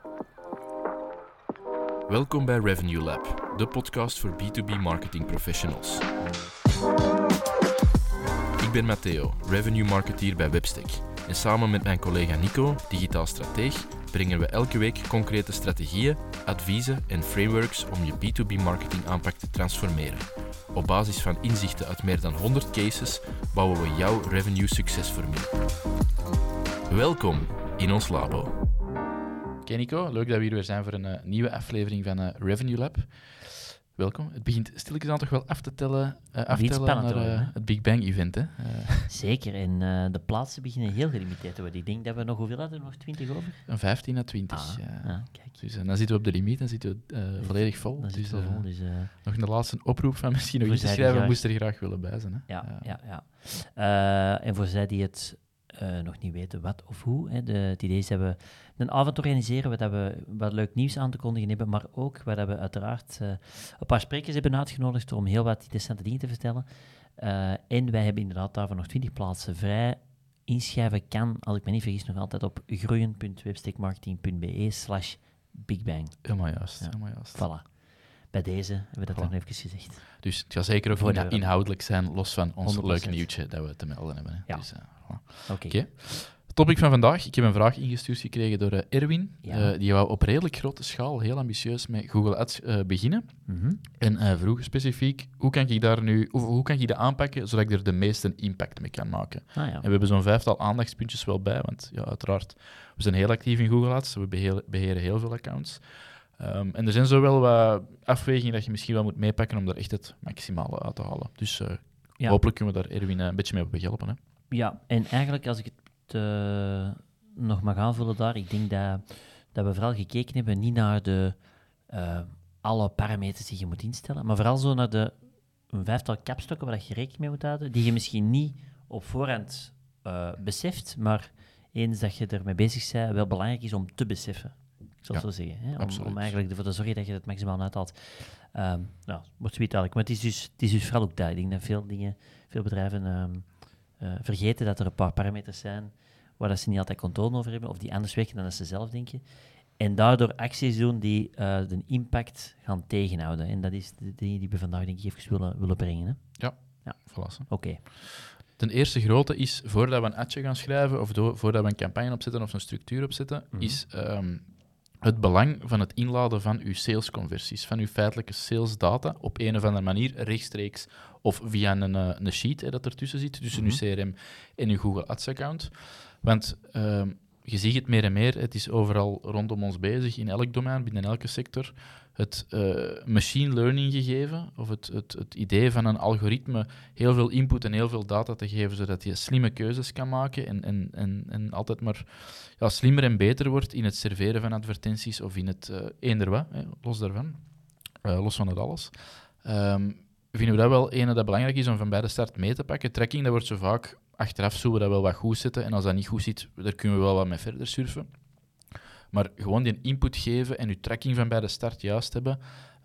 Welkom bij Revenue Lab, de podcast voor B2B marketing professionals. Ik ben Matteo, revenue marketeer bij Webstack. En samen met mijn collega Nico, digitaal strateeg, brengen we elke week concrete strategieën, adviezen en frameworks om je B2B marketing aanpak te transformeren. Op basis van inzichten uit meer dan 100 cases bouwen we jouw revenue succesformule. Welkom in ons labo. Oké Nico, leuk dat we hier weer zijn voor een nieuwe aflevering van Revenue Lab. Welkom. Het begint stilletjes aan toch wel af te tellen naar het Big Bang event. Hè? Zeker, en de plaatsen beginnen heel gelimiteerd te worden. Ik denk dat we nog hoeveel hadden? Nog 20 over? Een 15 à 20. Kijk. Dus dan zitten we op de limiet, dan zitten we volledig vol. Dan zitten we vol. Dus, nog een laatste oproep van misschien nog in te schrijven, moest er graag willen bij zijn. Hè? Ja. En voor zij die het nog niet weten wat of hoe, het idee is dat we een avond organiseren waar we wat leuk nieuws aan te kondigen hebben, maar ook waar we uiteraard een paar sprekers hebben uitgenodigd om heel wat interessante dingen te vertellen. En wij hebben inderdaad daarvoor nog 20 plaatsen vrij. Inschrijven kan, als ik me niet vergis, nog altijd op groeien.webstackmarketing.be/bigbang. Helemaal juist. Voilà. Bij deze hebben we dat nog even gezegd. Dus het gaat zeker ook inhoudelijk zijn, los van ons 100%. Leuke nieuwtje dat we te melden hebben. Hè. Ja. Dus, Oké. Topic van vandaag. Ik heb een vraag ingestuurd gekregen door Erwin. Ja. Die wou op redelijk grote schaal, heel ambitieus, met Google Ads beginnen. Mm-hmm. En vroeg specifiek, hoe kan ik dat aanpakken, zodat ik er de meeste impact mee kan maken? Ja. En we hebben zo'n 5-tal aandachtspuntjes wel bij, want ja, uiteraard, we zijn heel actief in Google Ads. We beheren heel veel accounts. En er zijn zo wel wat afwegingen dat je misschien wel moet meepakken om daar echt het maximale uit te halen. Dus hopelijk kunnen we daar Erwin een beetje mee op helpen. Hè? Ja, en eigenlijk als ik het nog mag aanvullen daar, ik denk dat we vooral gekeken hebben niet naar alle parameters die je moet instellen, maar vooral zo naar een 5-tal kapstokken waar je rekening mee moet houden, die je misschien niet op voorhand beseft, maar eens dat je ermee bezig bent, wel belangrijk is om te beseffen. Ik zal het zo zeggen. Hè? Om eigenlijk ervoor te zorgen dat je het maximaal uithaalt. Wordt zoiets eigenlijk. Maar het is dus vooral ook dat. Ik denk dat veel bedrijven vergeten dat er een paar parameters zijn waar dat ze niet altijd controle over hebben, of die anders werken dan dat ze zelf denken. En daardoor acties doen die de impact gaan tegenhouden. En dat is de dingen die we vandaag denk ik even willen brengen. Hè? Ja. Voilà. Oké. Ten eerste grote is, voordat we een adje gaan schrijven, of voordat we een campagne opzetten of een structuur opzetten, is het belang van het inladen van uw salesconversies, van uw feitelijke salesdata, op een of andere manier, rechtstreeks of via een sheet dat ertussen zit, tussen uw CRM en uw Google Ads-account. Want je ziet het meer en meer, het is overal rondom ons bezig, in elk domein, binnen elke sector. Het machine learning gegeven, of het idee van een algoritme heel veel input en heel veel data te geven, zodat je slimme keuzes kan maken en altijd maar slimmer en beter wordt in het serveren van advertenties of in het eender wat, los daarvan, los van het alles. Vinden we dat wel ene dat belangrijk is om van bij de start mee te pakken. Tracking, dat wordt zo vaak achteraf zullen we dat wel wat goed zetten. En als dat niet goed zit, daar kunnen we wel wat mee verder surfen. Maar gewoon die input geven en je tracking van bij de start juist hebben,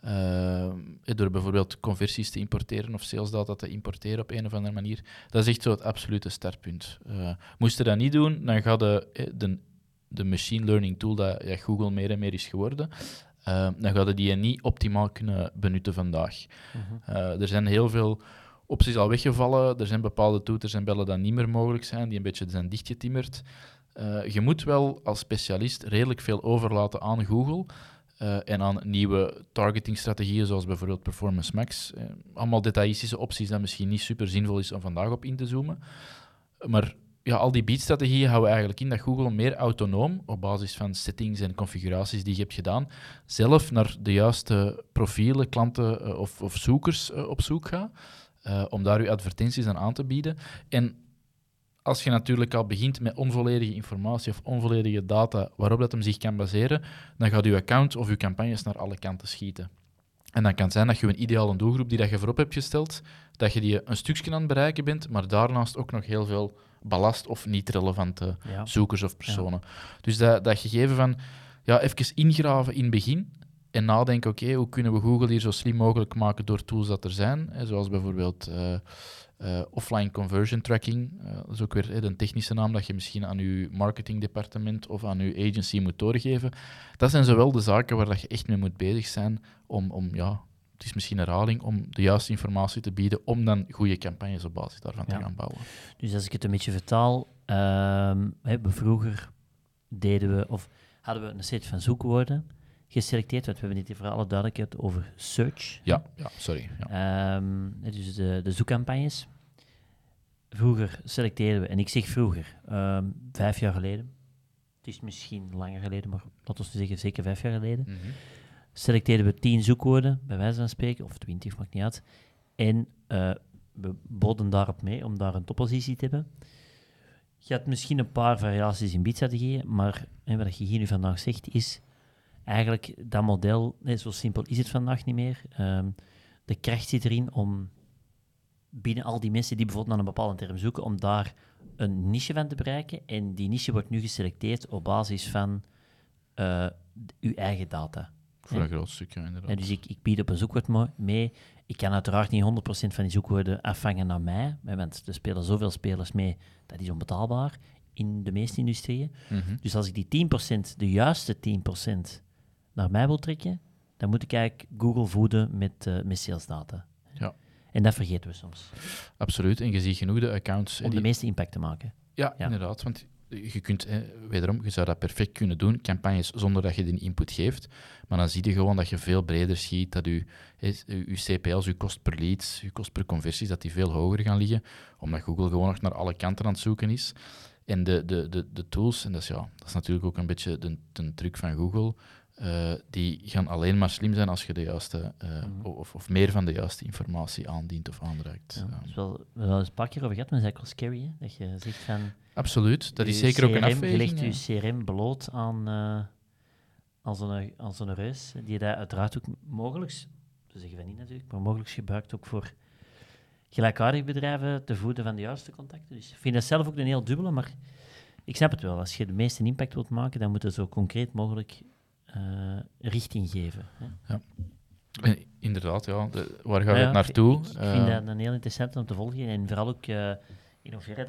door bijvoorbeeld conversies te importeren of salesdata te importeren op een of andere manier, dat is echt zo het absolute startpunt. Moest je dat niet doen, dan gaat de machine learning tool dat Google meer en meer is geworden, dan gaat die niet optimaal kunnen benutten vandaag. Er zijn heel veel opties al weggevallen, er zijn bepaalde toeters en bellen die niet meer mogelijk zijn, die een beetje zijn dichtgetimmerd. Je moet wel als specialist redelijk veel overlaten aan Google en aan nieuwe targetingstrategieën, zoals bijvoorbeeld Performance Max. Allemaal detailistische opties dat misschien niet super zinvol is om vandaag op in te zoomen. Maar al die beatstrategieën houden eigenlijk in dat Google meer autonoom, op basis van settings en configuraties die je hebt gedaan, zelf naar de juiste profielen, klanten of zoekers op zoek gaat, om daar je advertenties aan te bieden. En als je natuurlijk al begint met onvolledige informatie of onvolledige data waarop dat hem zich kan baseren, dan gaat je account of je campagnes naar alle kanten schieten. En dan kan het zijn dat je een ideale doelgroep die dat je voorop hebt gesteld, dat je die een stukje aan het bereiken bent, maar daarnaast ook nog heel veel ballast of niet relevante zoekers of personen. Ja. Dus dat gegeven van even ingraven in het begin, En nadenken, oké, hoe kunnen we Google hier zo slim mogelijk maken door tools dat er zijn, zoals bijvoorbeeld offline conversion tracking. Dat is ook weer een technische naam dat je misschien aan je marketingdepartement of aan je agency moet doorgeven. Dat zijn zowel de zaken waar dat je echt mee moet bezig zijn om het is misschien een herhaling, om de juiste informatie te bieden, om dan goede campagnes op basis daarvan te gaan bouwen. Dus als ik het een beetje vertaal, vroeger hadden we een set van zoekwoorden geselecteerd, want we hebben dit voor alle duidelijkheid over search. Ja, sorry. Ja. Dus de zoekcampagnes. Vroeger selecteerden we, en ik zeg vroeger, 5 jaar geleden, het is misschien langer geleden, maar laten we zeggen zeker 5 jaar geleden, selecteerden we 10 zoekwoorden, bij wijze van spreken, of 20, maakt niet uit, en we boden daarop mee om daar een toppositie te hebben. Je had misschien een paar variaties in biedstrategieën, maar wat je hier nu vandaag zegt is eigenlijk dat model, zo simpel is het vandaag niet meer. De kracht zit erin om binnen al die mensen die bijvoorbeeld naar een bepaalde term zoeken, om daar een niche van te bereiken. En die niche wordt nu geselecteerd op basis van uw eigen data. Voor een groot stukje, inderdaad. Dus ik bied op een zoekwoord mee. Ik kan uiteraard niet 100% van die zoekwoorden afvangen naar mij, want er spelen zoveel spelers mee, dat is onbetaalbaar in de meeste industrieën. Dus als ik die 10%, de juiste 10%, naar mij wil trekken, dan moet ik eigenlijk Google voeden met salesdata. Ja. En dat vergeten we soms. Absoluut. En je ziet genoeg de accounts... Om de meeste impact te maken. Ja, inderdaad. Want je kunt, wederom, je zou dat perfect kunnen doen, campagnes zonder dat je die input geeft. Maar dan zie je gewoon dat je veel breder schiet, dat je CPL's, je kost per leads, je kost per conversies, dat die veel hoger gaan liggen, omdat Google gewoon nog naar alle kanten aan het zoeken is. En de tools, en dat is natuurlijk ook een beetje de truc van Google, die gaan alleen maar slim zijn als je de juiste, of meer van de juiste informatie aandient of aanreikt. Ja, we hebben eens een paar keer over gehad, maar dat is eigenlijk wel scary, hè? Dat je zegt van... Absoluut, dat is zeker ook een afweging. Je legt je CRM bloot aan zo'n reus, die dat uiteraard ook mogelijk, we zeggen van niet natuurlijk, maar mogelijk gebruikt ook voor gelijkaardige bedrijven te voeden van de juiste contacten. Dus ik vind dat zelf ook een heel dubbele, maar ik snap het wel. Als je de meeste impact wilt maken, dan moet je zo concreet mogelijk richting geven. Hè? Ja. Inderdaad, ja. Waar gaat het naartoe? Ik vind dat een heel interessant om te volgen. En vooral ook in hoeverre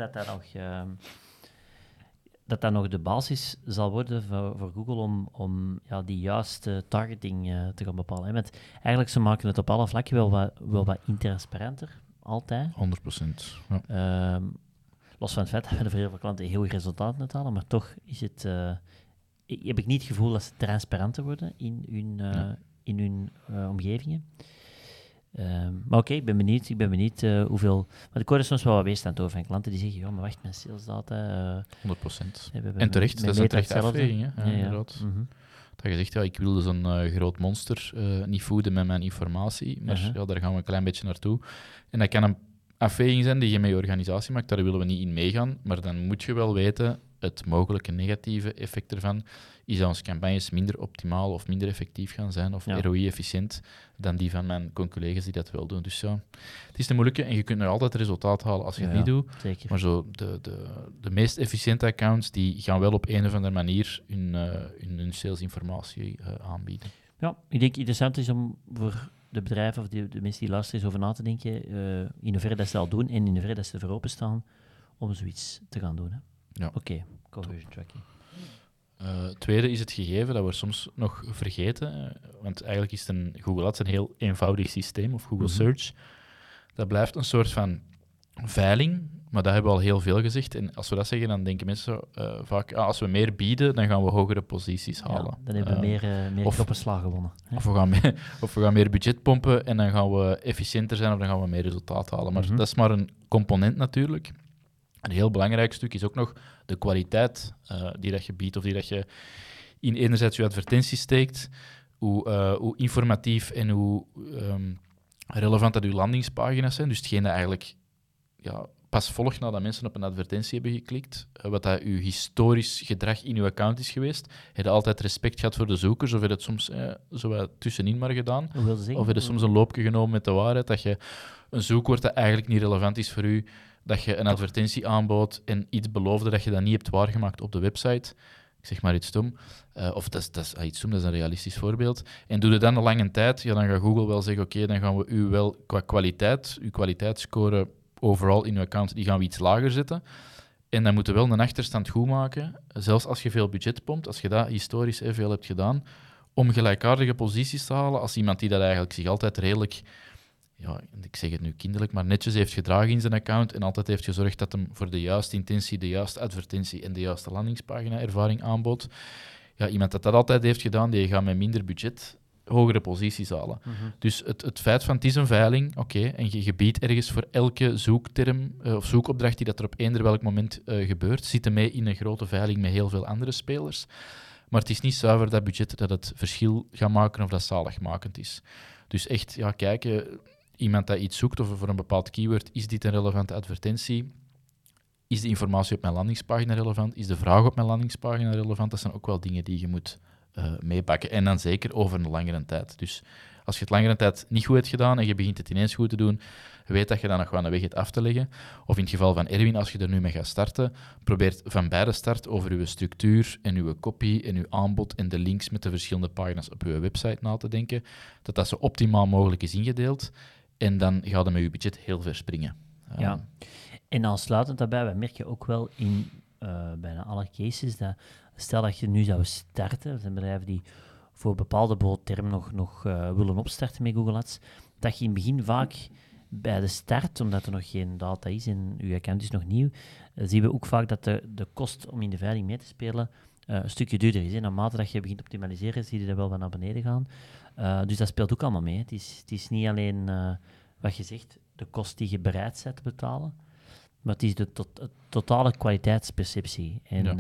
dat nog de basis zal worden voor Google om die juiste targeting te gaan bepalen. Hè? Want eigenlijk, ze maken het op alle vlakken wel wat intransparanter, altijd. 100%. Ja. Los van het feit dat we voor heel veel klanten heel goed resultaten uithalen, maar toch is het... heb ik niet het gevoel dat ze transparanter worden in hun omgevingen. Maar oké, ik ben benieuwd hoeveel... Want ik hoor er soms wel wat weerstand over van klanten die zeggen, ja, maar wacht, mijn salesdata... 100%. En terecht, dat is een terechte afweging. Hè? Inderdaad. Mm-hmm. Dat je zegt, ik wil dus een groot monster niet voeden met mijn informatie, maar daar gaan we een klein beetje naartoe. En dat kan een afweging zijn die je met je organisatie maakt, daar willen we niet in meegaan, maar dan moet je wel weten, het mogelijke negatieve effect ervan is dat onze campagnes minder optimaal of minder effectief gaan zijn, of ROI-efficiënt, dan die van mijn collega's die dat wel doen. Dus ja, het is een moeilijke en je kunt nog altijd resultaat halen als je het niet doet. Zeker. Maar zo de meest efficiënte accounts, die gaan wel op een of andere manier hun salesinformatie aanbieden. Ja, ik denk interessant is om voor de bedrijven of de mensen die luisteren eens over na te denken, in hoeverre dat ze dat al doen en in hoeverre dat ze ervoor openstaan om zoiets te gaan doen. Hè. Ja. Oké, conversion tracking. Tweede is het gegeven dat we soms nog vergeten, want eigenlijk is Google Ads een heel eenvoudig systeem, of Google Search. Dat blijft een soort van veiling, maar dat hebben we al heel veel gezegd. En als we dat zeggen, dan denken mensen vaak, als we meer bieden, dan gaan we hogere posities halen. Ja, dan hebben we meer koppenslag gewonnen. Hè? Of we gaan meer budget pompen en dan gaan we efficiënter zijn of dan gaan we meer resultaat halen. Maar dat is maar een component natuurlijk. Een heel belangrijk stuk is ook nog de kwaliteit die dat je biedt of die dat je in enerzijds je advertenties steekt, hoe informatief en hoe relevant dat je landingspagina's zijn. Dus hetgeen dat eigenlijk pas volgt nadat mensen op een advertentie hebben geklikt, wat dat uw historisch gedrag in uw account is geweest. Heb je altijd respect gehad voor de zoekers of heb je het soms zo wat tussenin maar gedaan? Of heb je soms een loopje genomen met de waarheid dat je een zoekwoord dat eigenlijk niet relevant is voor u, dat je een advertentie aanbood en iets beloofde dat je dat niet hebt waargemaakt op de website. Ik zeg maar iets stom. Of dat is iets stom, dat is een realistisch voorbeeld. En doe je dan een lange tijd, ja, dan gaat Google wel zeggen, oké, dan gaan we u wel qua kwaliteit, uw kwaliteitsscore overal in uw account, die gaan we iets lager zetten. En dan moeten we wel een achterstand goed maken, zelfs als je veel budget pompt, als je dat historisch veel hebt gedaan, om gelijkaardige posities te halen als iemand die dat eigenlijk zich altijd redelijk, ja, ik zeg het nu kinderlijk, maar netjes heeft gedragen in zijn account en altijd heeft gezorgd dat hem voor de juiste intentie, de juiste advertentie en de juiste landingspagina-ervaring aanbood. Ja, iemand dat altijd heeft gedaan, die gaat met minder budget hogere posities halen. Dus het feit van het is een veiling, oké, en je biedt ergens voor elke zoekterm of zoekopdracht die dat er op eender welk moment gebeurt, zitten mee in een grote veiling met heel veel andere spelers. Maar het is niet zuiver dat budget dat het verschil gaat maken of dat zaligmakend is. Dus echt, ja, kijken, iemand dat iets zoekt of voor een bepaald keyword, is dit een relevante advertentie? Is de informatie op mijn landingspagina relevant? Is de vraag op mijn landingspagina relevant? Dat zijn ook wel dingen die je moet meepakken. En dan zeker over een langere tijd. Dus als je het langere tijd niet goed hebt gedaan en je begint het ineens goed te doen, weet dat je dan nog wel een weg hebt af te leggen. Of in het geval van Erwin, als je er nu mee gaat starten, probeer van bij de start over uw structuur en uw copy en uw aanbod en de links met de verschillende pagina's op uw website na te denken, dat zo optimaal mogelijk is ingedeeld. En dan gaat het met je budget heel ver springen. Ja. En aansluitend daarbij, wij merken ook wel in bijna alle cases dat, stel dat je nu zou starten, er zijn bedrijven die voor bepaalde termen nog willen opstarten met Google Ads, dat je in het begin vaak bij de start, omdat er nog geen data is en je account is nog nieuw, zien we ook vaak dat de kost om in de veiling mee te spelen een stukje duurder is. Naarmate dat je begint optimaliseren, zie je dat wel wat naar beneden gaan. Dus dat speelt ook allemaal mee. Het is niet alleen wat je zegt, de kost die je bereid bent te betalen, maar het is de totale kwaliteitsperceptie. En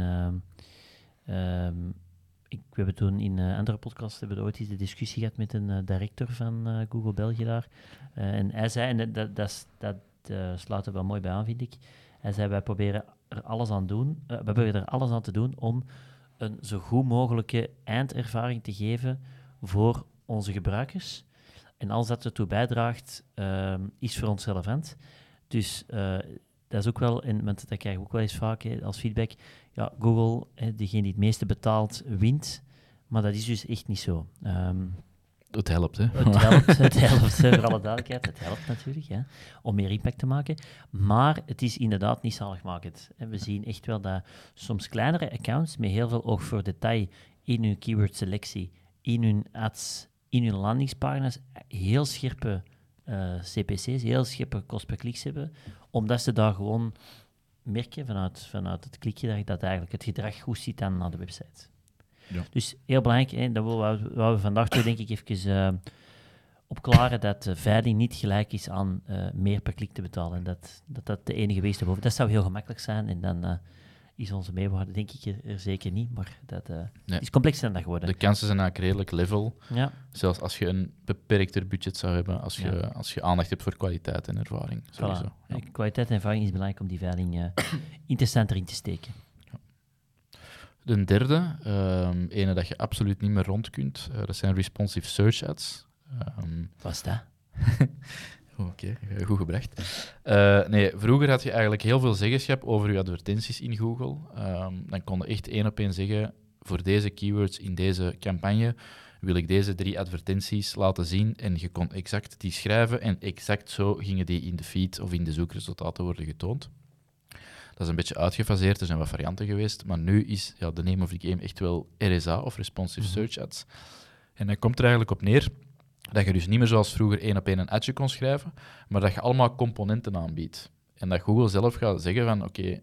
we hebben toen in andere podcasts ooit eens de discussie gehad met een director van Google België daar. En hij zei, en dat sluit er wel mooi bij aan, vind ik. Hij zei, wij proberen er alles aan doen. We proberen er alles aan te doen om een zo goed mogelijke eindervaring te geven voor onze gebruikers. En alles dat ertoe bijdraagt, is voor ons relevant. Dus dat is ook wel, want dat krijgen we ook wel eens vaak als feedback. Ja, Google, degene die het meeste betaalt, wint. Maar dat is dus echt niet zo. Het helpt, hè? Het helpt, voor alle duidelijkheid. Het helpt natuurlijk, hè, om meer impact te maken. Maar het is inderdaad niet zaligmakend. We zien echt wel dat soms kleinere accounts met heel veel oog voor detail in hun keyword selectie, in hun ads, in hun landingspagina's, heel scherpe CPC's, heel scherpe kost per kliks hebben, omdat ze daar gewoon merken vanuit het klikje dat eigenlijk het gedrag goed zit aan de website. Ja. Dus heel belangrijk, hè, dat wat we vandaag toch denk ik even opklaren, dat veiling niet gelijk is aan meer per klik te betalen. Dat de enige wees erboven. Dat zou heel gemakkelijk zijn en dan is onze meewaarde denk ik er zeker niet, maar dat is complexer dan dat geworden. De kansen zijn eigenlijk redelijk level. Ja. Zelfs als je een beperkter budget zou hebben, als je aandacht hebt voor kwaliteit en ervaring. Sowieso. Voilà. Ja. Kwaliteit en ervaring is belangrijk om die veiling interessanter in te steken. Ja. De derde, ene dat je absoluut niet meer rond kunt, dat zijn responsive search ads. Wat is dat? Oké, goed gebracht. Vroeger had je eigenlijk heel veel zeggenschap over je advertenties in Google. Dan kon je echt 1 op 1 zeggen, voor deze keywords in deze campagne wil ik deze 3 advertenties laten zien. En je kon exact die schrijven en exact zo gingen die in de feed of in de zoekresultaten worden getoond. Dat is een beetje uitgefaseerd, er zijn wat varianten geweest, maar nu is de name of the game echt wel RSA of Responsive Search Ads. En dat komt er eigenlijk op neer dat je dus niet meer zoals vroeger 1 op 1 een adje kon schrijven, maar dat je allemaal componenten aanbiedt. En dat Google zelf gaat zeggen van oké,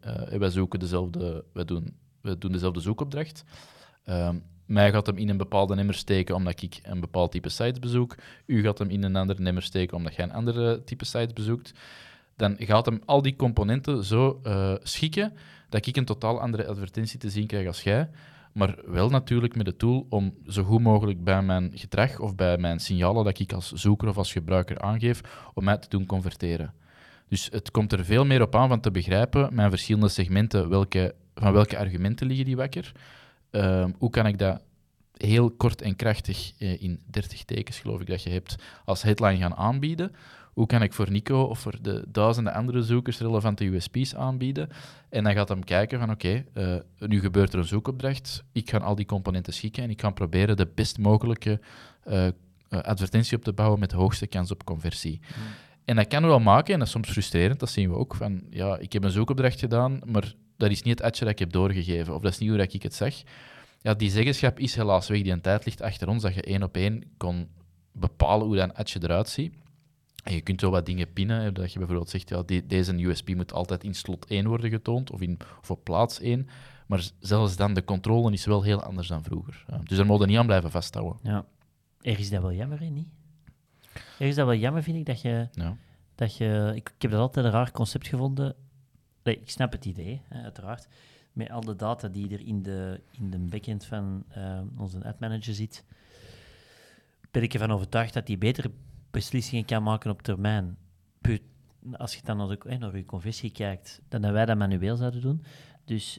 wij doen dezelfde zoekopdracht. Mij gaat hem in een bepaalde nummer steken omdat ik een bepaald type sites bezoek. U gaat hem in een ander nummer steken omdat jij een andere type sites bezoekt. Dan gaat hem al die componenten zo schikken dat ik een totaal andere advertentie te zien krijg als jij. Maar wel natuurlijk met de tool om zo goed mogelijk bij mijn gedrag of bij mijn signalen dat ik als zoeker of als gebruiker aangeef, om mij te doen converteren. Dus het komt er veel meer op aan van te begrijpen, mijn verschillende segmenten, van welke argumenten liggen die wakker. Hoe kan ik dat heel kort en krachtig in 30 tekens, geloof ik dat je hebt, als headline gaan aanbieden? hoe kan ik voor Nico of voor de duizenden andere zoekers relevante USP's aanbieden? En dan gaat hem kijken van oké, nu gebeurt er een zoekopdracht, ik ga al die componenten schikken en ik ga proberen de best mogelijke advertentie op te bouwen met de hoogste kans op conversie. En dat kan wel maken, en dat is soms frustrerend, dat zien we ook, van ja, ik heb een zoekopdracht gedaan, maar dat is niet het adje dat ik heb doorgegeven, of dat is niet hoe dat ik het zag. Ja, die zeggenschap is helaas weg, die tijd ligt achter ons, dat je 1 op 1 kon bepalen hoe dat een adje eruit ziet. En je kunt wel wat dingen pinnen, dat je bijvoorbeeld zegt, ja, deze USP moet altijd in slot 1 worden getoond, of op plaats 1, maar zelfs dan, de controle is wel heel anders dan vroeger. Dus daar moet je niet aan blijven vasthouden. Ja. Ergens is dat wel jammer, hè, niet? Ergens is dat wel jammer, vind ik, dat je... Ja. Ik heb dat altijd een raar concept gevonden. Nee, ik snap het idee, hè, uiteraard. Met al de data die er in de backend van onze admanager zit, ben ik ervan overtuigd dat die betere beslissingen kan maken op termijn. Als je dan naar je conversie kijkt, dan dat wij dat manueel zouden doen. Dus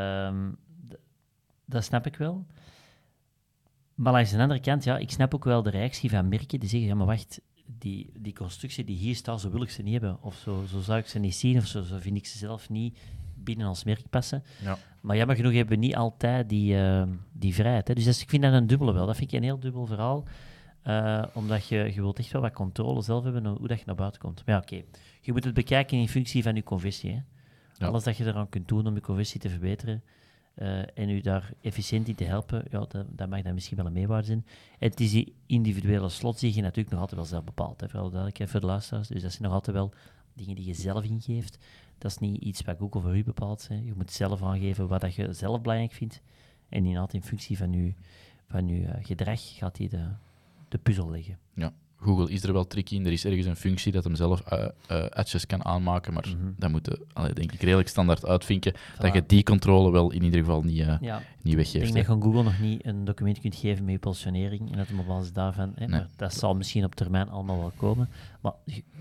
dat snap ik wel. Maar langs de andere kant, ja, ik snap ook wel de reactie van merken die zeggen, ja, maar wacht, die constructie die hier staat, zo wil ik ze niet hebben. Of zo zou ik ze niet zien, of zo vind ik ze zelf niet binnen ons merk passen. Ja. Maar jammer genoeg hebben we niet altijd die vrijheid. Hè. Dus ik vind dat een dubbele wel. Dat vind ik een heel dubbel verhaal. Omdat je wilt echt wel wat controle zelf hebben hoe dat je naar buiten komt. Maar ja, oké. Je moet het bekijken in functie van je conversie. Hè. Ja. Alles dat je eraan kunt doen om je conversie te verbeteren en u daar efficiënt in te helpen, ja, dat mag dan misschien wel een meerwaarde zijn. En het is die individuele slots die je natuurlijk nog altijd wel zelf bepaalt. Hè, vooral duidelijkheid voor de luisteraars. Dus dat zijn nog altijd wel dingen die je zelf ingeeft. Dat is niet iets wat Google voor u bepaalt. Hè. Je moet zelf aangeven wat dat je zelf belangrijk vindt. En inderdaad, in functie van je gedrag gaat hij de puzzel leggen. Ja, Google is er wel tricky in. Er is ergens een functie dat hem zelf adjes kan aanmaken, maar dat moet je, denk ik, redelijk standaard uitvinken. Voilà. Dat je die controle wel in ieder geval niet Ik weggeeft. denk dat je aan Google nog niet een document kunt geven met je positionering en dat hem op basis daarvan... Nee. Maar dat zal misschien op termijn allemaal wel komen. Maar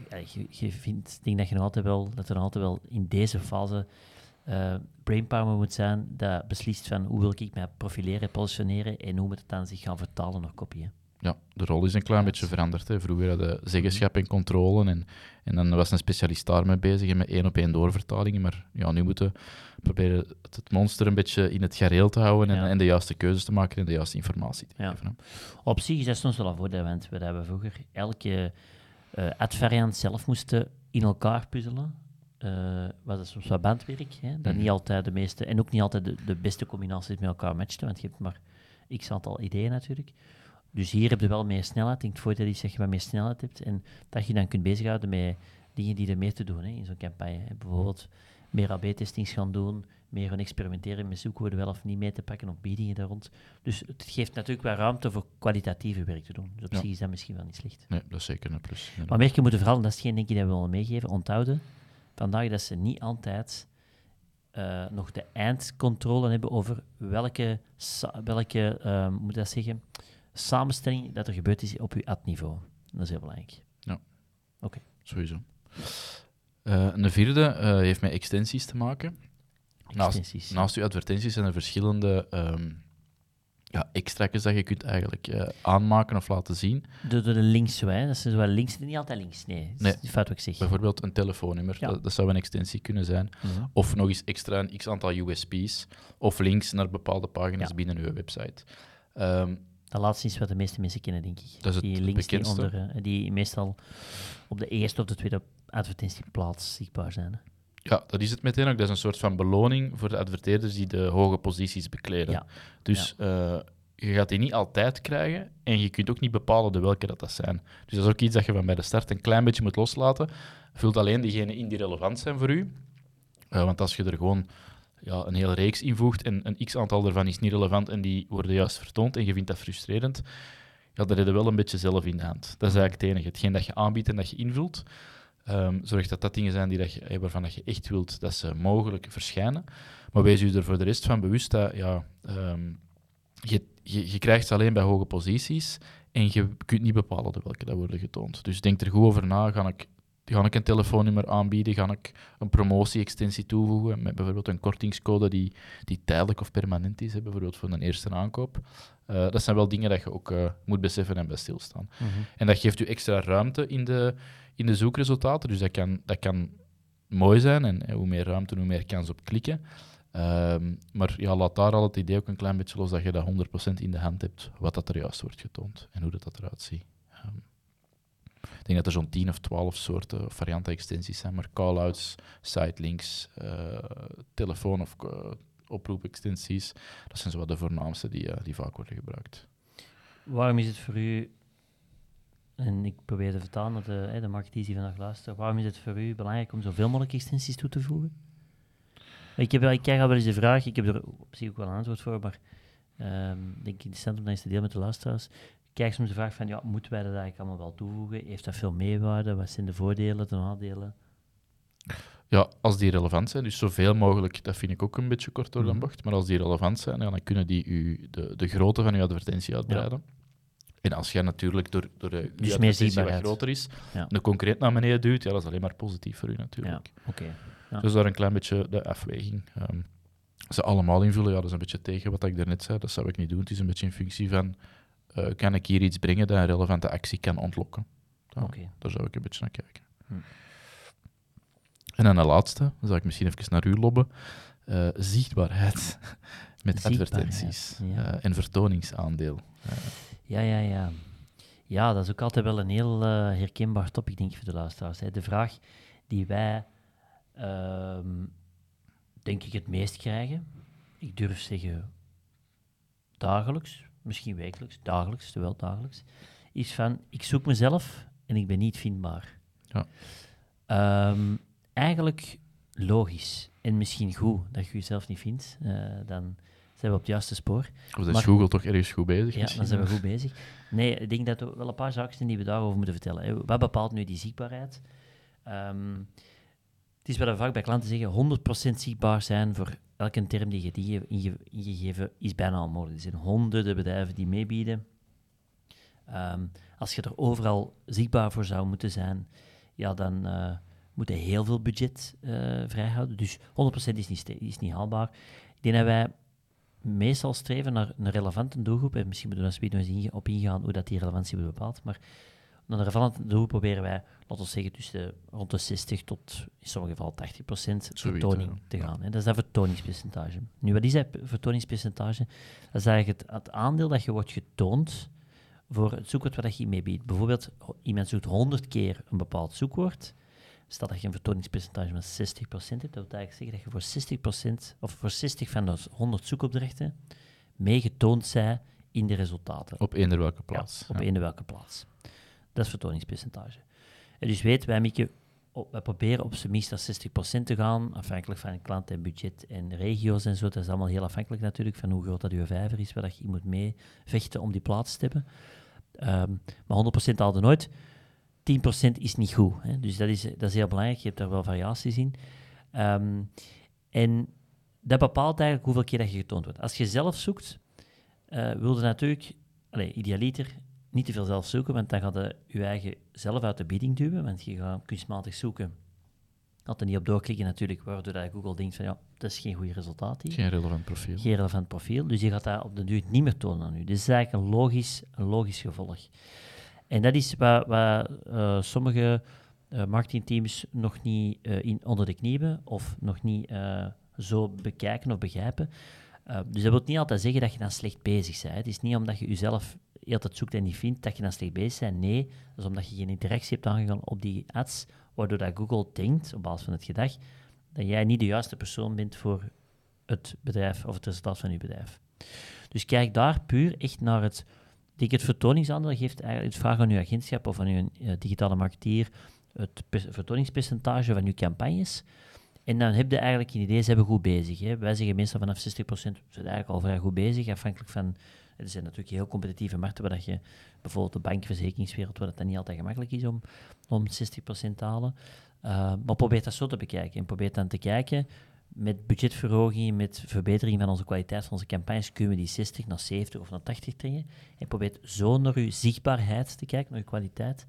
ik denk dat je nog altijd wel, dat er nog altijd wel in deze fase brainpower moet zijn dat beslist van hoe wil ik mij profileren, positioneren en hoe moet het dan zich gaan vertalen naar kopie. Ja, de rol is een klein beetje veranderd. Hè. Vroeger hadden zeggenschap en controle en dan was een specialist daarmee bezig en met 1-op-1 doorvertalingen. Maar ja, nu moeten we proberen het monster een beetje in het gareel te houden en de juiste keuzes te maken en de juiste informatie te geven. Hè. Op zich is dat soms wel een voordeel, want we hebben vroeger elke ad-variant zelf moesten in elkaar puzzelen. Was dat soms wat bandwerk, hè? Dat niet altijd de meeste, en ook niet altijd de beste combinaties met elkaar matchten, want je hebt maar x aantal ideeën natuurlijk. Dus hier heb je wel meer snelheid. Ik denk het voordeel is dat je wat meer snelheid hebt en dat je dan kunt bezighouden met dingen die er meer te doen, hè, in zo'n campagne. Hè. Bijvoorbeeld meer AB-testings gaan doen, meer gaan experimenteren met zoekwoorden wel of niet mee te pakken op biedingen daar rond. Dus het geeft natuurlijk wel ruimte voor kwalitatieve werk te doen. Dus op zich is dat misschien wel niet slecht. Nee, dat is zeker een plus. Maar merken moeten vooral, dat is geen denk ik dat we willen meegeven, onthouden vandaag dat ze niet altijd nog de eindcontrole hebben over welke moet dat zeggen, samenstelling dat er gebeurd is op uw ad-niveau. Dat is heel belangrijk. Ja. Oké. Sowieso. Een vierde heeft met extensies te maken. Naast uw advertenties zijn er verschillende extra's dat je kunt eigenlijk aanmaken of laten zien. De links, hè? Dat zijn wel links, niet altijd links. Nee, dat is fout wat ik zeg. Bijvoorbeeld een telefoonnummer, dat zou een extensie kunnen zijn. Mm-hmm. Of nog eens extra een x-aantal USP's. Of links naar bepaalde pagina's binnen uw website. Dat laatste is wat de meeste mensen kennen, denk ik. Dat is die het links bekendste. Die meestal op de eerste of de tweede advertentieplaats zichtbaar zijn. Hè? Ja, dat is het meteen ook. Dat is een soort van beloning voor de adverteerders die de hoge posities bekleden. Ja. Dus je gaat die niet altijd krijgen en je kunt ook niet bepalen welke dat zijn. Dus dat is ook iets dat je van bij de start een klein beetje moet loslaten. Vult alleen diegenen in die relevant zijn voor u. Want als je er gewoon een hele reeks invoegt en een x-aantal ervan is niet relevant en die worden juist vertoond en je vindt dat frustrerend, dan heb je wel een beetje zelf in de hand. Dat is eigenlijk het enige. Hetgeen dat je aanbiedt en dat je invult, zorg dat dingen zijn waarvan je echt wilt dat ze mogelijk verschijnen. Maar wees u er voor de rest van bewust dat je krijgt ze alleen bij hoge posities en je kunt niet bepalen welke dat worden getoond. Dus denk er goed over na. ga ik een telefoonnummer aanbieden, ga ik een promotie-extensie toevoegen met bijvoorbeeld een kortingscode die tijdelijk of permanent is, hè, bijvoorbeeld voor een eerste aankoop. Dat zijn wel dingen dat je ook moet beseffen en bij stilstaan. En dat geeft u extra ruimte in de zoekresultaten, dus dat kan mooi zijn en hoe meer ruimte, hoe meer kans op klikken. Maar ja, laat daar al het idee ook een klein beetje los dat je dat 100% in de hand hebt, wat dat er juist wordt getoond en hoe dat eruit ziet. Ik denk dat er zo'n 10 of 12 soorten varianten-extensies zijn, maar call-outs, sitelinks, telefoon- of oproep-extensies, dat zijn zo wat de voornaamste die vaak worden gebruikt. Waarom is het voor u, en ik probeer te vertalen naar de marketeers die vandaag luisteren, waarom is het voor u belangrijk om zoveel mogelijk extensies toe te voegen? Ik krijg al wel eens de vraag, ik heb er op zich ook wel een antwoord voor, maar denk ik interessant om dat eens te delen met de luisteraars. Ik krijg soms de vraag van, ja, moeten wij dat eigenlijk allemaal wel toevoegen? Heeft dat veel meerwaarde? Wat zijn de voordelen, de nadelen? Ja, als die relevant zijn, dus zoveel mogelijk, dat vind ik ook een beetje kort door de bocht, maar als die relevant zijn, ja, dan kunnen die de grootte van uw advertentie uitbreiden. Ja. En als jij natuurlijk door de dus advertentie wat groter is, de concurrent naar beneden duwt, ja, dat is alleen maar positief voor u natuurlijk. Ja, okay. Ja. Dus daar een klein beetje de afweging. Ze allemaal invullen, ja, dat is een beetje tegen wat ik daarnet zei, dat zou ik niet doen. Het is een beetje in functie van, kan ik hier iets brengen dat een relevante actie kan ontlokken? Ja, daar zou ik een beetje naar kijken. En dan de laatste, dan zal ik misschien even naar u lobben. Zichtbaarheid met advertenties en vertoningsaandeel. Ja. Ja, dat is ook altijd wel een heel herkenbaar topic, denk ik, voor de luisteraars. Hè. De vraag die wij, denk ik, het meest krijgen, ik durf zeggen dagelijks, misschien wekelijks, dagelijks, terwijl dagelijks, is van, ik zoek mezelf en ik ben niet vindbaar. Ja. Eigenlijk logisch en misschien goed dat je jezelf niet vindt, dan zijn we op het juiste spoor. Of dan is Google toch ergens goed bezig? Ja, dan zijn we goed bezig. Nee, ik denk dat er wel een paar zaken zijn die we daarover moeten vertellen. Hè. Wat bepaalt nu die zichtbaarheid? Het is wat we vaak bij klanten zeggen, 100% zichtbaar zijn voor elke term die je ingegeven is bijna onmogelijk. Er zijn honderden bedrijven die meebieden. Als je er overal zichtbaar voor zou moeten zijn, ja, dan moet je heel veel budget vrijhouden. Dus 100% is niet haalbaar. Ik denk dat wij meestal streven naar een relevante doelgroep. En misschien moeten we daar eens op ingaan hoe dat die relevantie wordt bepaald. Maar naar een relevante doelgroep proberen wij, laten we zeggen, tussen rond de 60 tot in sommige gevallen 80% vertoning te gaan. Ja. Dat is dat vertoningspercentage. Nu, wat is dat vertoningspercentage? Dat is eigenlijk het aandeel dat je wordt getoond voor het zoekwoord waar je mee biedt. Bijvoorbeeld, iemand zoekt 100 keer een bepaald zoekwoord. Stel dat je een vertoningspercentage van 60% hebt, dat wil eigenlijk zeggen dat je voor 60% of voor 60 van de 100 zoekopdrachten mee getoond zijn in de resultaten. Op eender welke plaats. Ja, op eender welke plaats. Dat is vertoningspercentage. En dus wij proberen op zijn minst naar 60% te gaan, afhankelijk van een klant en budget en regio's en zo. Dat is allemaal heel afhankelijk natuurlijk van hoe groot dat uw vijver is, waar dat je moet mee vechten om die plaats te hebben. Maar 100% haalde nooit. 10% is niet goed. Hè? Dus dat is heel belangrijk. Je hebt daar wel variaties in. En dat bepaalt eigenlijk hoeveel keer dat je getoond wordt. Als je zelf zoekt, wil je natuurlijk, idealiter, niet te veel zelf zoeken, want dan gaat je eigen zelf uit de bieding duwen, want je gaat kunstmatig zoeken. Gaat er niet op doorklikken natuurlijk, waardoor dat Google denkt van ja, dat is geen goed resultaat hier. Geen relevant profiel. Geen relevant profiel, dus je gaat dat op de duur niet meer tonen aan u. Dus dat is eigenlijk een logisch gevolg. En dat is wat sommige marketingteams nog niet onder de knie hebben of nog niet zo bekijken of begrijpen. Dus dat wil niet altijd zeggen dat je dan slecht bezig bent. Het is niet omdat je jezelf heel tijd zoekt en niet vindt dat je dan slecht bezig bent. Nee, dat is omdat je geen interactie hebt aangegaan op die ads, waardoor dat Google denkt, op basis van het gedrag, dat jij niet de juiste persoon bent voor het bedrijf of het resultaat van je bedrijf. Dus kijk daar puur echt naar het vertoningsaandeel geeft eigenlijk het vraag aan uw agentschap of aan uw digitale marketeer het vertoningspercentage van uw campagnes. En dan heb je eigenlijk een idee, ze hebben goed bezig. Hè. Wij zeggen meestal vanaf 60% zijn eigenlijk al vrij goed bezig, afhankelijk van... Er zijn natuurlijk heel competitieve markten waar dat je bijvoorbeeld de bankverzekeringswereld, waar het dan niet altijd gemakkelijk is om 60% te halen. Maar probeer dat zo te bekijken. En probeer dan te kijken, met budgetverhoging, met verbetering van onze kwaliteit van onze campagnes, kunnen we die 60 naar 70 of naar 80 trekken. En probeer zo naar uw zichtbaarheid te kijken, naar uw kwaliteit.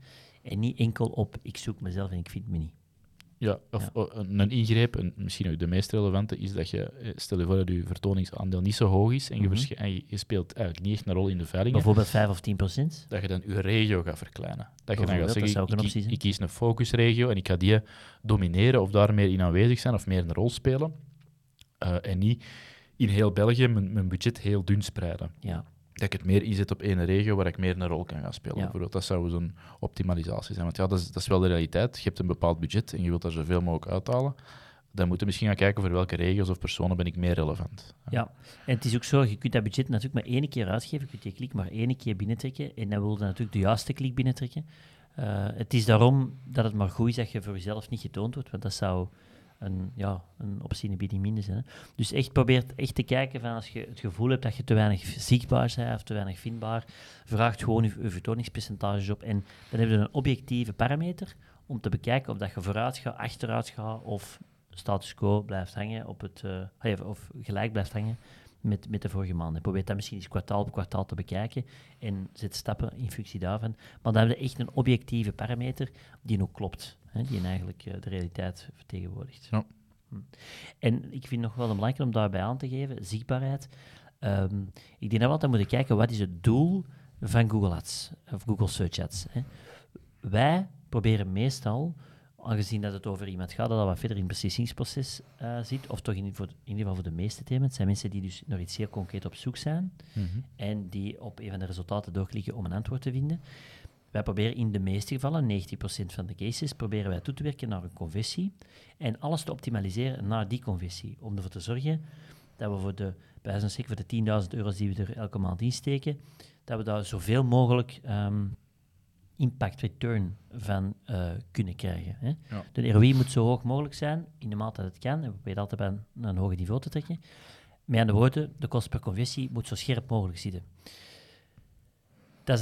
En niet enkel op ik zoek mezelf en ik vind me niet. Ja, of een ingreep, misschien ook de meest relevante, is dat je, stel je voor dat je vertoningsaandeel niet zo hoog is en je speelt eigenlijk niet echt een rol in de veilingen. Bijvoorbeeld 5 of 10%. Dat je dan je regio gaat verkleinen. Dat je dan gaat Dat zou zeggen, ook een optie zijn. ik kies een focusregio en ik ga die domineren of daar meer in aanwezig zijn of meer een rol spelen. En niet in heel België mijn budget heel dun spreiden. Ja. Dat ik het meer inzet op één regio waar ik meer een rol kan gaan spelen. Ja. Bijvoorbeeld, dat zou zo'n optimalisatie zijn. Want ja, dat is wel de realiteit. Je hebt een bepaald budget en je wilt daar zoveel mogelijk uithalen. Dan moeten we misschien gaan kijken voor welke regio's of personen ben ik meer relevant. Ja, en het is ook zo, je kunt dat budget natuurlijk maar 1 keer uitgeven. Je kunt die klik maar 1 keer binnentrekken. En dan wil je natuurlijk de juiste klik binnentrekken. Het is daarom dat het maar goed is dat je voor jezelf niet getoond wordt, want dat zou een optie bieding minder zijn. Hè. Dus echt probeer echt te kijken van als je het gevoel hebt dat je te weinig zichtbaar bent of te weinig vindbaar, vraagt gewoon je vertoningspercentages op. En dan hebben we een objectieve parameter om te bekijken of dat je vooruit gaat, achteruit gaat of status quo blijft hangen of gelijk blijft hangen met de vorige maanden. Probeer dat misschien eens kwartaal op kwartaal te bekijken en zet stappen in functie daarvan. Maar dan hebben we echt een objectieve parameter die ook klopt, hè, die eigenlijk de realiteit vertegenwoordigt. Ja. En ik vind nog wel belangrijk om daarbij aan te geven, zichtbaarheid. Ik denk dat we altijd moeten kijken, wat is het doel van Google Ads, of Google Search Ads. Hè. Wij proberen meestal, aangezien dat het over iemand gaat dat al wat verder in het beslissingsproces zit, of toch in ieder geval voor de meeste thema's, het zijn mensen die dus naar iets heel concreet op zoek zijn en die op een van de resultaten doorklikken om een antwoord te vinden. Wij proberen in de meeste gevallen, 90% van de cases, proberen wij toe te werken naar een conversie en alles te optimaliseren naar die conversie, om ervoor te zorgen dat we voor de 10.000 euro's die we er elke maand insteken, dat we daar zoveel mogelijk impact return van kunnen krijgen. Hè. Ja. De ROI moet zo hoog mogelijk zijn, in de mate dat het kan, en we proberen altijd naar een hoger niveau te trekken. Met andere woorden, de kost per conversie moet zo scherp mogelijk zitten. Dat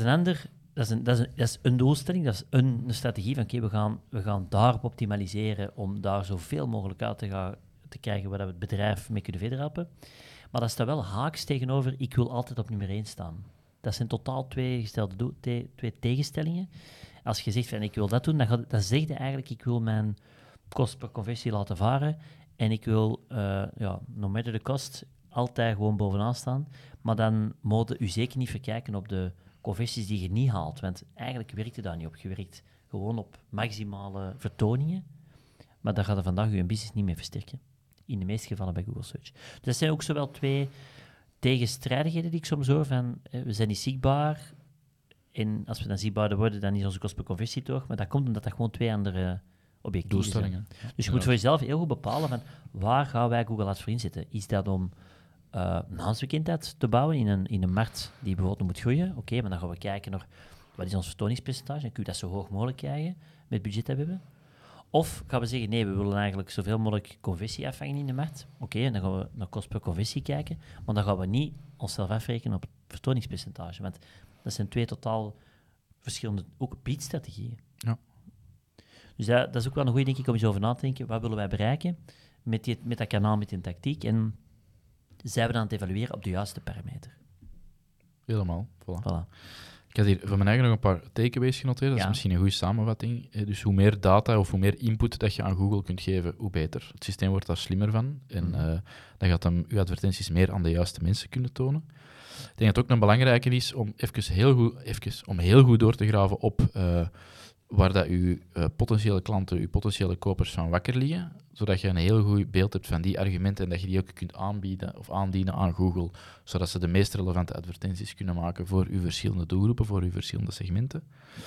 is een doelstelling, dat is een strategie van oké, we gaan daarop optimaliseren om daar zoveel mogelijk uit te krijgen waar we het bedrijf mee kunnen verder helpen. Maar dat staat wel haaks tegenover, ik wil altijd op nummer 1 staan. Dat zijn totaal twee tegenstellingen. Als je zegt van ik wil dat doen, dan zeg je eigenlijk ik wil mijn kost per conversie laten varen en ik wil, no matter the cost, altijd gewoon bovenaan staan. Maar dan moet je zeker niet verkijken op de conversies die je niet haalt. Want eigenlijk werkt je daar niet op. Je werkt gewoon op maximale vertoningen. Maar daar gaat je vandaag je business niet mee versterken. In de meeste gevallen bij Google Search. Dus dat zijn ook zowel twee tegenstrijdigheden die ik soms hoor van we zijn niet zichtbaar en als we dan zichtbaarder worden, dan is onze kost per conversie toch, maar dat komt omdat dat gewoon twee andere objectieven Doelstellingen. zijn. Dus je moet voor jezelf heel goed bepalen van waar gaan wij Google Ads voor inzetten. Is dat om naamsbekendheid te bouwen in een markt die bijvoorbeeld moet groeien? Oké, maar dan gaan we kijken naar wat is ons vertoningspercentage en kun je dat zo hoog mogelijk krijgen met het budget dat we hebben. Of gaan we zeggen, nee, we willen eigenlijk zoveel mogelijk conversie afvangen in de markt. Oké, en dan gaan we naar kost per conversie kijken. Maar dan gaan we niet onszelf afrekenen op het vertoningspercentage. Want dat zijn twee totaal verschillende, ook biedstrategieën. Ja. Dus dat is ook wel een goede, denk ik, om eens over na te denken. Wat willen wij bereiken met dat kanaal, met die tactiek? En zijn we dan aan het evalueren op de juiste parameter? Helemaal, voilà. Voilà. Ik had hier voor mijn eigen nog een paar takeaways genoteerd. Dat is misschien een goede samenvatting. Dus hoe meer data of hoe meer input dat je aan Google kunt geven, hoe beter. Het systeem wordt daar slimmer van. En dan gaat hem uw advertenties meer aan de juiste mensen kunnen tonen. Ik denk dat het ook een belangrijke is om om heel goed door te graven op waar dat uw potentiële klanten, uw potentiële kopers van wakker liggen, zodat je een heel goed beeld hebt van die argumenten en dat je die ook kunt aanbieden of aandienen aan Google, zodat ze de meest relevante advertenties kunnen maken voor uw verschillende doelgroepen, voor uw verschillende segmenten.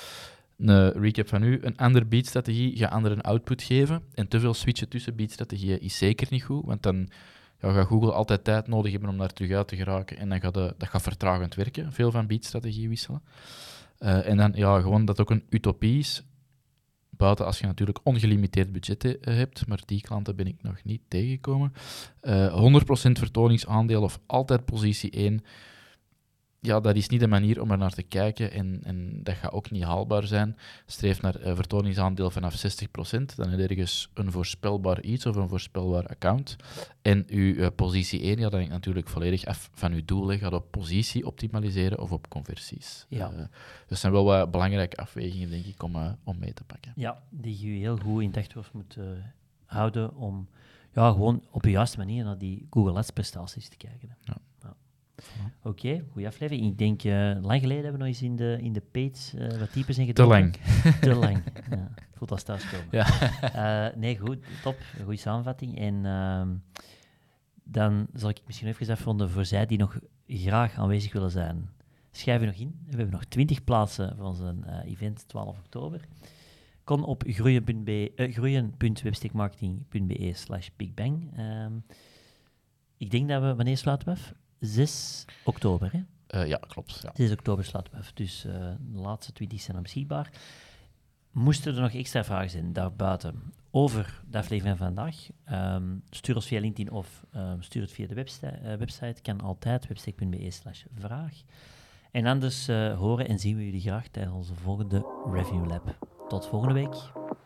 Een recap van u. Een andere biedstrategie gaat anderen output geven en te veel switchen tussen biedstrategieën is zeker niet goed, want dan gaat Google altijd tijd nodig hebben om daar terug uit te geraken en dan dat gaat vertragend werken, veel van biedstrategie wisselen. En dan gewoon dat ook een utopie is, buiten als je natuurlijk ongelimiteerd budget hebt, maar die klanten ben ik nog niet tegengekomen. 100% vertoningsaandeel of altijd positie 1 dat is niet de manier om er naar te kijken en dat gaat ook niet haalbaar zijn. Streef naar vertoningsaandeel vanaf 60%, dan heb je ergens een voorspelbaar iets of een voorspelbaar account. En uw positie 1, dat hangt natuurlijk volledig af van uw doelen. Gaat op positie optimaliseren of op conversies. Ja. Dus dat zijn wel wat belangrijke afwegingen, denk ik, om mee te pakken. Ja, die je heel goed in het achterhoofd moet houden om gewoon op de juiste manier naar die Google Ads prestaties te kijken. Ja. Oké, goede aflevering. Ik denk, lang geleden hebben we nog eens in de page wat dieper zijn Te gedoken. lang. Te lang. Ja, voelt als thuiskomen. Ja. Nee, goed, top. Goede samenvatting. En dan zal ik misschien even afronden voor zij die nog graag aanwezig willen zijn. Schrijf je nog in. We hebben nog 20 plaatsen voor onze event 12 oktober. Kon op groeien.webstickmarketing.be/bigbang. Ik denk dat we, wanneer sluiten we af? 6 oktober, hè? Ja, klopt. Ja. 6 oktober sluiten we af, dus de laatste 20 zijn dan beschikbaar. Moesten er nog extra vragen zijn daarbuiten over de aflevering van vandaag, stuur ons via LinkedIn of stuur het via de website. Kan altijd, webstick.be/vraag. En anders horen en zien we jullie graag tijdens onze volgende Review Lab. Tot volgende week.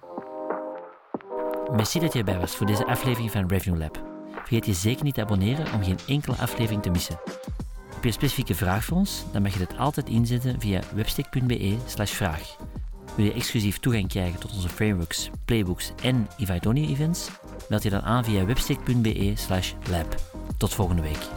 Merci dat je erbij was voor deze aflevering van Review Lab. Vergeet je zeker niet te abonneren om geen enkele aflevering te missen. Heb je een specifieke vraag voor ons? Dan mag je dit altijd inzetten via webstick.be/vraag. Wil je exclusief toegang krijgen tot onze frameworks, playbooks en Invite Only events? Meld je dan aan via webstick.be/lab. Tot volgende week.